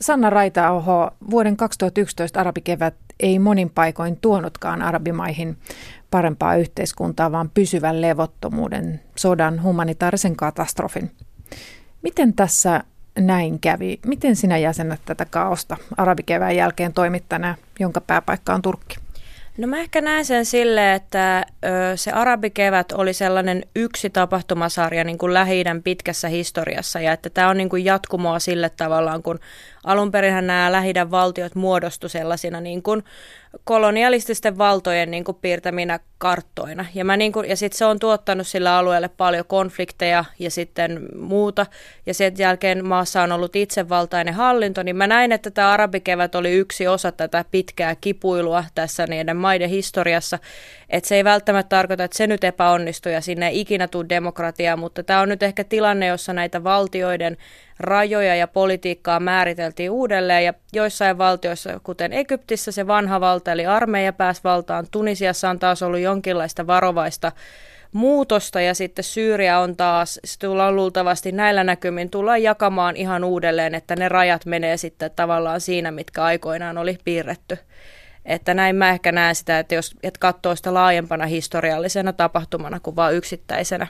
Sanna Raita-aho, vuoden 2011 arabikevät ei monin paikoin tuonutkaan arabimaihin parempaa yhteiskuntaa, vaan pysyvän levottomuuden, sodan, humanitaarisen katastrofin. Miten tässä näin kävi? Miten sinä jäsennät tätä kaaosta arabikevään jälkeen toimittajana, jonka pääpaikka on Turkki? No mä ehkä näen sen silleen, että se arabikevät oli sellainen yksi tapahtumasarja niin kuin Lähi-idän pitkässä historiassa ja että tämä on niin kuin jatkumoa sille tavallaan, kun alunperinhän nämä Lähi-idän valtiot muodostu sellaisina niin kuin kolonialististen valtojen niin kuin piirtäminä karttoina. Ja sitten se on tuottanut sillä alueelle paljon konflikteja ja sitten muuta. Ja sen jälkeen maassa on ollut itsevaltainen hallinto, niin mä näin, että tämä arabikevät oli yksi osa tätä pitkää kipuilua tässä niiden maiden historiassa. Että se ei välttämättä tarkoita, että se nyt epäonnistui ja sinne ei ikinä tule demokratiaa, mutta tämä on nyt ehkä tilanne, jossa näitä valtioiden rajoja ja politiikkaa määriteltiin uudelleen ja joissain valtioissa, kuten Egyptissä, se vanha valta eli armeija pääsi valtaan. Tunisiassa on taas ollut jonkinlaista varovaista muutosta ja sitten Syyria on taas, se tullaan luultavasti näillä näkymin tullaan jakamaan ihan uudelleen, että ne rajat menee sitten tavallaan siinä, mitkä aikoinaan oli piirretty. Että näin mä ehkä näen sitä, että jos katsoo sitä laajempana historiallisena tapahtumana kuin vain yksittäisenä.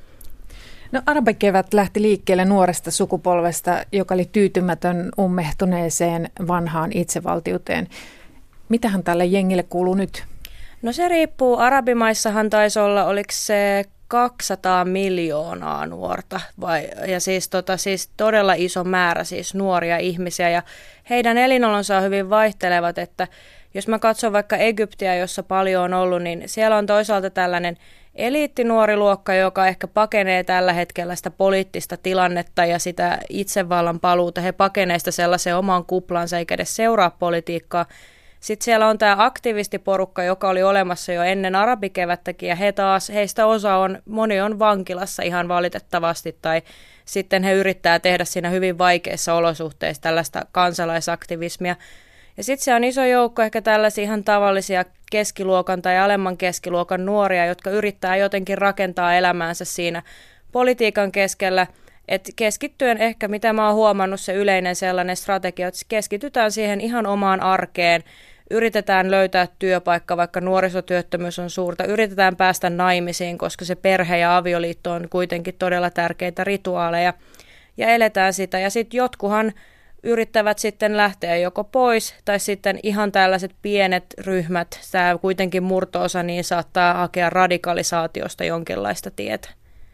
No arabikevät lähti liikkeelle nuoresta sukupolvesta, joka oli tyytymätön ummehtuneeseen vanhaan itsevaltiuteen. Mitähän tälle jengille kuuluu nyt? No se riippuu. Arabimaissahan taisi olla, oliko se 200 miljoonaa nuorta ja siis todella iso määrä siis nuoria ihmisiä ja heidän elinolonsa on hyvin vaihtelevat, että jos mä katson vaikka Egyptiä, jossa paljon on ollut, niin siellä on toisaalta tällainen eliittinuori luokka, joka ehkä pakenee tällä hetkellä sitä poliittista tilannetta ja sitä itsevallan paluuta. He pakenee sitä sellaiseen omaan kuplansa eikä edes seuraa politiikkaa. Sitten siellä on tämä aktivistiporukka, joka oli olemassa jo ennen arabikevättäkin ja heistä moni on vankilassa ihan valitettavasti tai sitten he yrittää tehdä siinä hyvin vaikeissa olosuhteissa tällaista kansalaisaktivismia. Ja sitten se on iso joukko ehkä tällaisia ihan tavallisia keskiluokan tai alemman keskiluokan nuoria, jotka yrittää jotenkin rakentaa elämäänsä siinä politiikan keskellä. Et keskittyen ehkä, mitä mä oon huomannut, se yleinen sellainen strategia, että keskitytään siihen ihan omaan arkeen, yritetään löytää työpaikka, vaikka nuorisotyöttömyys on suurta, yritetään päästä naimisiin, koska se perhe ja avioliitto on kuitenkin todella tärkeitä rituaaleja ja eletään sitä. Ja sitten jotkuhan yrittävät sitten lähteä joko pois tai sitten ihan tällaiset pienet ryhmät, tämä kuitenkin murto-osa, niin saattaa hakea radikalisaatiosta jonkinlaista tietä.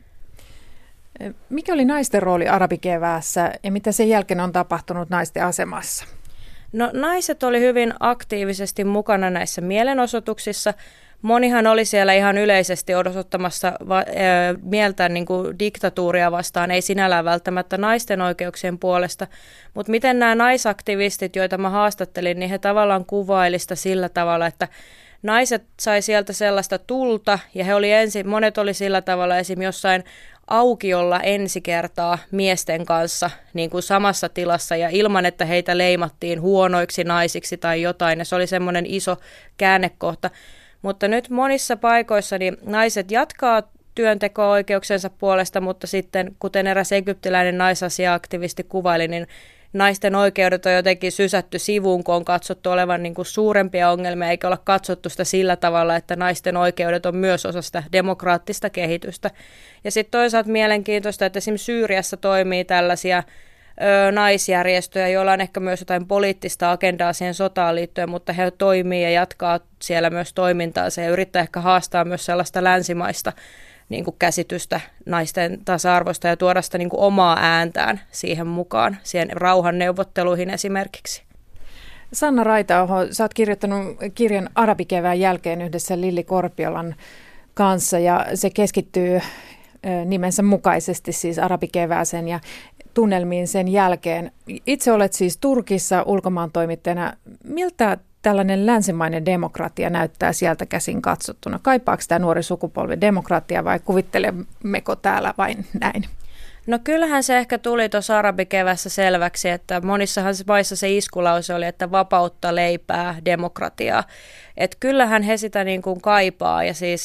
Mikä oli naisten rooli arabikeväässä ja mitä sen jälkeen on tapahtunut naisten asemassa? No naiset oli hyvin aktiivisesti mukana näissä mielenosoituksissa. Monihan oli siellä ihan yleisesti osoittamassa mieltään niin kuin diktatuuria vastaan, ei sinällään välttämättä naisten oikeuksien puolesta, mutta miten nämä naisaktivistit, joita mä haastattelin, niin he tavallaan kuvailivat sitä sillä tavalla, että naiset sai sieltä sellaista tulta ja monet oli sillä tavalla esim. Jossain aukiolla ensi kertaa miesten kanssa niin kuin samassa tilassa ja ilman, että heitä leimattiin huonoiksi naisiksi tai jotain ja se oli semmoinen iso käännekohta. Mutta nyt monissa paikoissa niin naiset jatkaa työnteko-oikeuksensa puolesta, mutta sitten, kuten eräs egyptiläinen naisasia-aktivisti kuvaili, niin naisten oikeudet on jotenkin sysätty sivuun, kun on katsottu olevan niin kuin suurempia ongelmia, eikä olla katsottu sitä sillä tavalla, että naisten oikeudet on myös osa sitä demokraattista kehitystä. Ja sitten toisaalta mielenkiintoista, että esimerkiksi Syyriassa toimii tällaisia naisjärjestöjä, joilla on ehkä myös jotain poliittista agendaa siihen sotaan liittyen, mutta he toimii ja jatkaa siellä myös toimintaansa ja yrittää ehkä haastaa myös sellaista länsimaista niin kuin käsitystä naisten tasa-arvosta ja tuoda sitä niin kuin omaa ääntään siihen mukaan, siihen rauhanneuvotteluihin esimerkiksi. Sanna Raita-aho, sä oot kirjoittanut kirjan arabikevään jälkeen yhdessä Lilli Korpiolan kanssa ja se keskittyy nimensä mukaisesti siis arabikevääseen ja tunnelmiin sen jälkeen. Itse olet siis Turkissa ulkomaantoimittajana. Miltä tällainen länsimainen demokratia näyttää sieltä käsin katsottuna? Kaipaako tämä nuori sukupolvi demokratiaa vai kuvittelemmeko täällä vain näin? No kyllähän se ehkä tuli tuossa arabikevässä selväksi, että monissahan maissa se iskulause oli, että vapautta, leipää, demokratiaa. Että kyllähän he sitä niin kuin kaipaa ja siis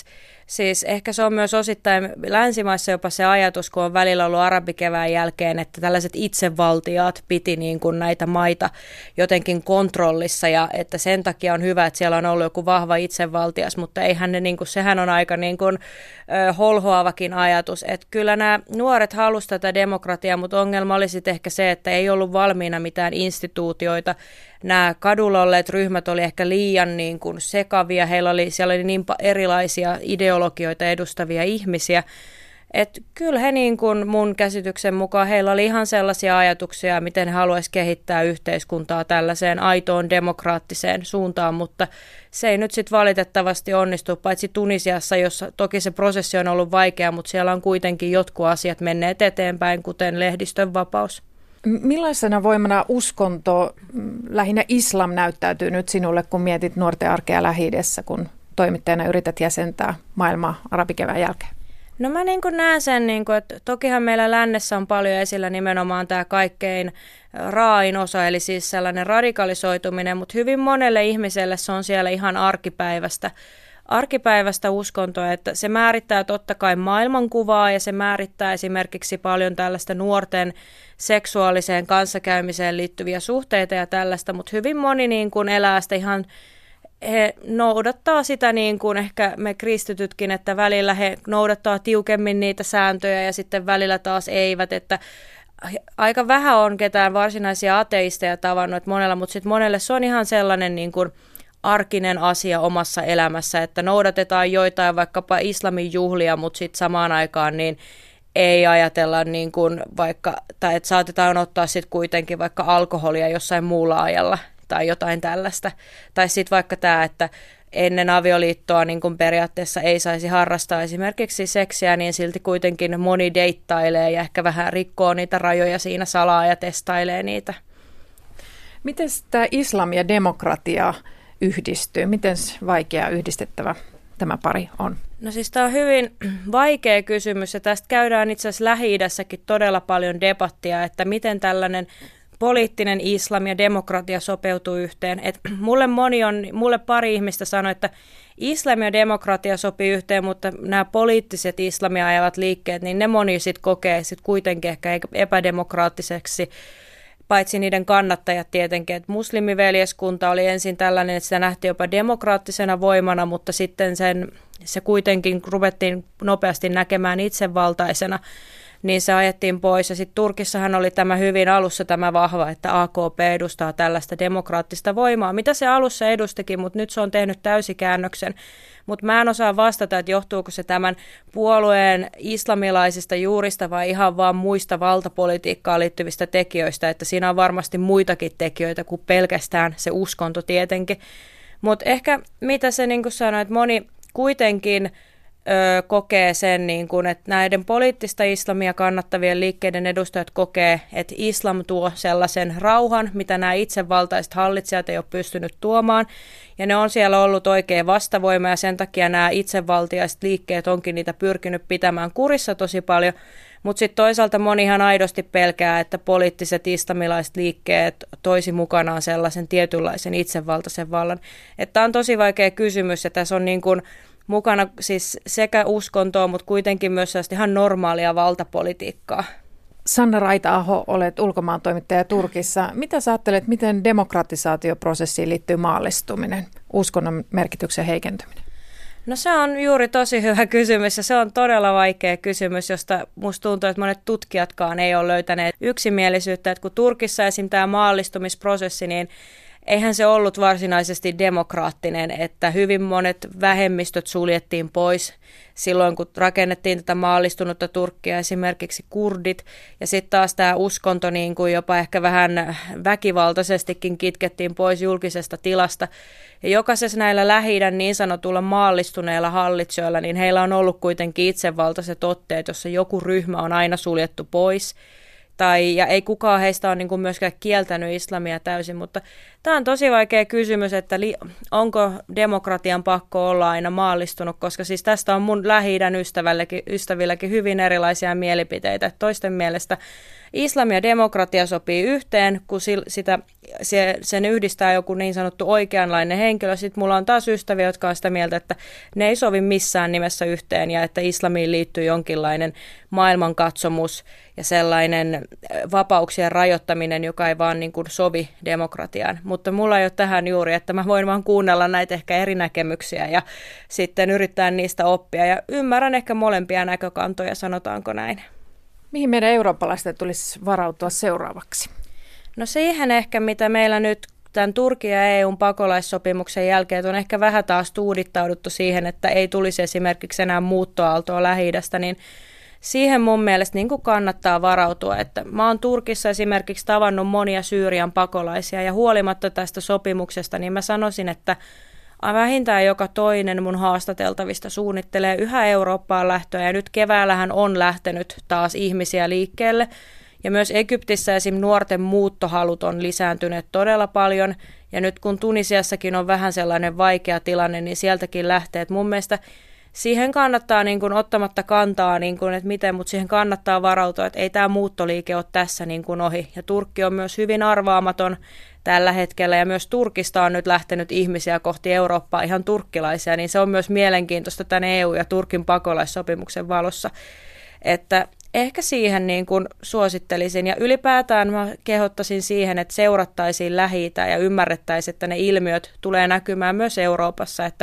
Siis ehkä se on myös osittain länsimaissa jopa se ajatus, kun on välillä ollut arabikevään jälkeen, että tällaiset itsevaltiaat piti niin kuin näitä maita jotenkin kontrollissa ja että sen takia on hyvä, että siellä on ollut joku vahva itsevaltias, mutta eihän ne, niin kuin, sehän on aika niin kuin, holhoavakin ajatus. Että kyllä nämä nuoret halusivat tätä demokratiaa, mutta ongelma oli sitten ehkä se, että ei ollut valmiina mitään instituutioita. Nämä kadulla olleet ryhmät oli ehkä liian niin kuin sekavia, siellä oli niin erilaisia ideologioita edustavia ihmisiä, että kyllä he niin kuin mun käsityksen mukaan heillä oli ihan sellaisia ajatuksia, miten he haluaisivat kehittää yhteiskuntaa tällaiseen aitoon demokraattiseen suuntaan, mutta se ei nyt sitten valitettavasti onnistu, paitsi Tunisiassa, jossa toki se prosessi on ollut vaikea, mutta siellä on kuitenkin jotkut asiat menneet eteenpäin, kuten lehdistön vapaus. Millaisena voimana uskonto, lähinnä islam, näyttäytyy nyt sinulle, kun mietit nuorten arkea Lähi-idässä, kun toimittajana yrität jäsentää maailmaa arabikevään jälkeen? No mä niin kuin näen sen, että tokihan meillä lännessä on paljon esillä nimenomaan tämä kaikkein raain osa, eli siis sellainen radikalisoituminen, mutta hyvin monelle ihmiselle se on siellä ihan arkipäivästä uskontoa, että se määrittää totta kai maailmankuvaa ja se määrittää esimerkiksi paljon tällaista nuorten seksuaaliseen kanssakäymiseen liittyviä suhteita ja tällaista, mutta hyvin moni niin kuin elää sitä ihan, he noudattaa sitä niin kuin ehkä me kristitytkin, että välillä he noudattaa tiukemmin niitä sääntöjä ja sitten välillä taas eivät, että aika vähän on ketään varsinaisia ateisteja tavannut, että monella, mutta sitten monelle se on ihan sellainen niin kuin arkinen asia omassa elämässä, että noudatetaan joitain vaikkapa islamin juhlia, mutta sitten samaan aikaan niin ei ajatella niin kuin vaikka, tai että saatetaan ottaa sitten kuitenkin vaikka alkoholia jossain muulla ajalla tai jotain tällaista. Tai sitten vaikka tämä, että ennen avioliittoa niin kuin periaatteessa ei saisi harrastaa esimerkiksi seksiä, niin silti kuitenkin moni deittailee ja ehkä vähän rikkoo niitä rajoja siinä salaa ja testailee niitä. Miten tämä islam ja demokratia yhdistyy? Miten vaikea yhdistettävä tämä pari on? No siis tämä on hyvin vaikea kysymys ja tästä käydään itse asiassa Lähi-idässäkin todella paljon debattia, että miten tällainen poliittinen islam ja demokratia sopeutuu yhteen. Et mulle pari ihmistä sanoi, että islam ja demokratia sopii yhteen, mutta nämä poliittiset islamia ajavat liikkeet, niin ne moni sitten kokee sit kuitenkin ehkä epädemokraattiseksi, paitsi niiden kannattajat tietenkin, että muslimiveljeskunta oli ensin tällainen, että sitä nähtiin jopa demokraattisena voimana, mutta sitten se kuitenkin ruvettiin nopeasti näkemään itsevaltaisena, niin se ajettiin pois. Ja sitten Turkissahan oli tämä hyvin alussa tämä vahva, että AKP edustaa tällaista demokraattista voimaa, mitä se alussa edustikin, mutta nyt se on tehnyt täysikäännöksen. Mutta mä en osaa vastata, että johtuuko se tämän puolueen islamilaisista juurista vai ihan vaan muista valtapolitiikkaan liittyvistä tekijöistä, että siinä on varmasti muitakin tekijöitä kuin pelkästään se uskonto tietenkin. Mutta ehkä mitä se niin kuin sanoi, että moni kuitenkin kokee sen, niin kuin, että näiden poliittista islamia kannattavien liikkeiden edustajat kokee, että islam tuo sellaisen rauhan, mitä nämä itsevaltaiset hallitsijat ei ole pystynyt tuomaan. Ja ne on siellä ollut oikein vastavoima ja sen takia nämä itsevaltiaiset liikkeet onkin niitä pyrkinyt pitämään kurissa tosi paljon. Mutta sitten toisaalta monihan aidosti pelkää, että poliittiset islamilaiset liikkeet toisi mukanaan sellaisen tietynlaisen itsevaltaisen vallan. Tämä on tosi vaikea kysymys ja tässä on niin kuin mukana siis sekä uskontoa, mutta kuitenkin myös ihan normaalia valtapolitiikkaa. Sanna Raita-aho, olet ulkomaantoimittaja Turkissa. Mitä sä ajattelet, miten demokratisaatioprosessiin liittyy maallistuminen, uskonnon merkityksen heikentyminen? No se on juuri tosi hyvä kysymys ja se on todella vaikea kysymys, josta musta tuntuu, että monet tutkijatkaan ei ole löytäneet yksimielisyyttä. Että kun Turkissa esim. Tämä maallistumisprosessi, niin eihän se ollut varsinaisesti demokraattinen, että hyvin monet vähemmistöt suljettiin pois silloin, kun rakennettiin tätä maallistunutta Turkkia, esimerkiksi kurdit. Ja sitten taas tämä uskonto niin kuin jopa ehkä vähän väkivaltaisestikin kitkettiin pois julkisesta tilasta. Ja jokaisessa näillä Lähi-idän niin sanotulla maallistuneilla hallitsijoilla, niin heillä on ollut kuitenkin itsevaltaiset otteet, jossa joku ryhmä on aina suljettu pois. Ja ei kukaan heistä ole niin kuin myöskään kieltänyt islamia täysin, mutta tämä on tosi vaikea kysymys, että onko demokratian pakko olla aina maallistunut, koska siis tästä on mun Lähi-idän ystävilläkin hyvin erilaisia mielipiteitä. Toisten mielestä islam ja demokratia sopii yhteen, kun sen yhdistää joku niin sanottu oikeanlainen henkilö. Sitten mulla on taas ystäviä, jotka on sitä mieltä, että ne ei sovi missään nimessä yhteen ja että islamiin liittyy jonkinlainen maailmankatsomus ja sellainen vapauksien rajoittaminen, joka ei vaan niin kuin sovi demokratiaan. Mutta mulla ei ole tähän juuri, että mä voin vaan kuunnella näitä ehkä eri näkemyksiä ja sitten yrittää niistä oppia ja ymmärrän ehkä molempia näkökantoja, sanotaanko näin. Mihin meidän eurooppalaisten tulisi varautua seuraavaksi? No siihen ehkä, mitä meillä nyt tämän Turkin ja EUn pakolaissopimuksen jälkeen on ehkä vähän taas tuudittauduttu siihen, että ei tulisi esimerkiksi enää muuttoaaltoa Lähi-idästä, niin siihen mun mielestä niin kuin kannattaa varautua. Että mä oon Turkissa esimerkiksi tavannut monia Syyrian pakolaisia ja huolimatta tästä sopimuksesta, niin mä sanoisin, että vähintään joka toinen mun haastateltavista suunnittelee yhä Eurooppaan lähtöä ja nyt keväällähän on lähtenyt taas ihmisiä liikkeelle. Ja myös Egyptissä esim. Nuorten muuttohalut on lisääntyneet todella paljon ja nyt kun Tunisiassakin on vähän sellainen vaikea tilanne, niin sieltäkin lähtee. Et mun mielestä siihen kannattaa niin kun, ottamatta kantaa, niin kun, että miten, mutta siihen kannattaa varautua, että ei tämä muuttoliike ole tässä niin kun ohi. Ja Turkki on myös hyvin arvaamaton tällä hetkellä ja myös Turkista on nyt lähtenyt ihmisiä kohti Eurooppaa ihan turkkilaisia, niin se on myös mielenkiintoista tämän EU- ja Turkin pakolaissopimuksen valossa, että ehkä siihen niin kuin suosittelisin ja ylipäätään mä kehottaisin siihen, että seurattaisiin Lähi-itää ja ymmärrettäisiin, että ne ilmiöt tulee näkymään myös Euroopassa, että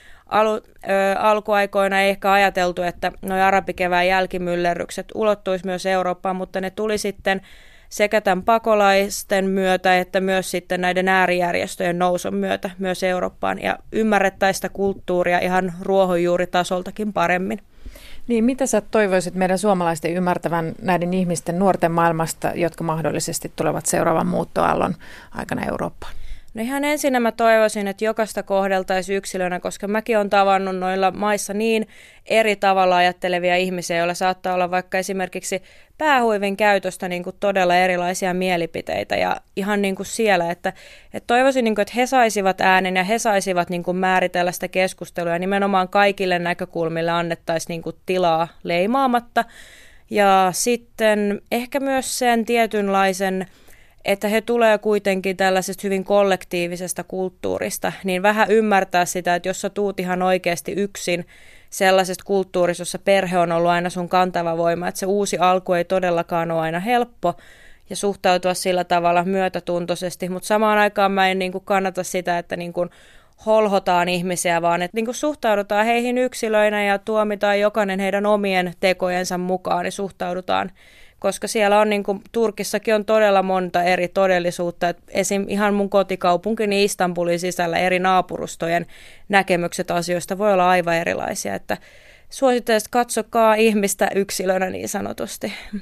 alkuaikoina ei ehkä ajateltu, että nuo arabikevään jälkimyllerrykset ulottuisi myös Eurooppaan, mutta ne tuli sitten sekä tämän pakolaisten myötä että myös sitten näiden äärijärjestöjen nousun myötä myös Eurooppaan ja ymmärrettäisiin sitä kulttuuria ihan ruohonjuuritasoltakin paremmin. Niin, mitä sä toivoisit meidän suomalaisten ymmärtävän näiden ihmisten nuorten maailmasta, jotka mahdollisesti tulevat seuraavan muuttoaallon aikana Eurooppaan? No ihan ensin mä toivoisin, että jokaista kohdeltaisiin yksilönä, koska mäkin olen tavannut noilla maissa niin eri tavalla ajattelevia ihmisiä, joilla saattaa olla vaikka esimerkiksi päähuivin käytöstä niin kuin todella erilaisia mielipiteitä ja ihan niin kuin siellä, että toivoisin, niin kuin, että he saisivat äänen ja he saisivat niin kuin määritellä sitä keskustelua ja nimenomaan kaikille näkökulmille annettaisiin niin kuin tilaa leimaamatta ja sitten ehkä myös sen tietynlaisen että he tulee kuitenkin tällaisesta hyvin kollektiivisesta kulttuurista, niin vähän ymmärtää sitä, että jos sä tuut ihan oikeasti yksin sellaisesta kulttuurista, jossa perhe on ollut aina sun kantava voima, että se uusi alku ei todellakaan ole aina helppo ja suhtautua sillä tavalla myötätuntoisesti, mutta samaan aikaan mä en niin kuin kannata sitä, että niin kuin holhotaan ihmisiä, vaan että niin kuin suhtaudutaan heihin yksilöinä ja tuomitaan jokainen heidän omien tekojensa mukaan, niin suhtaudutaan koska siellä on, niin kuin Turkissakin on todella monta eri todellisuutta. Et esim. Ihan mun kotikaupunkini Istanbulin sisällä eri naapurustojen näkemykset asioista voi olla aivan erilaisia. Että suosittelen, että katsokaa ihmistä yksilönä niin sanotusti.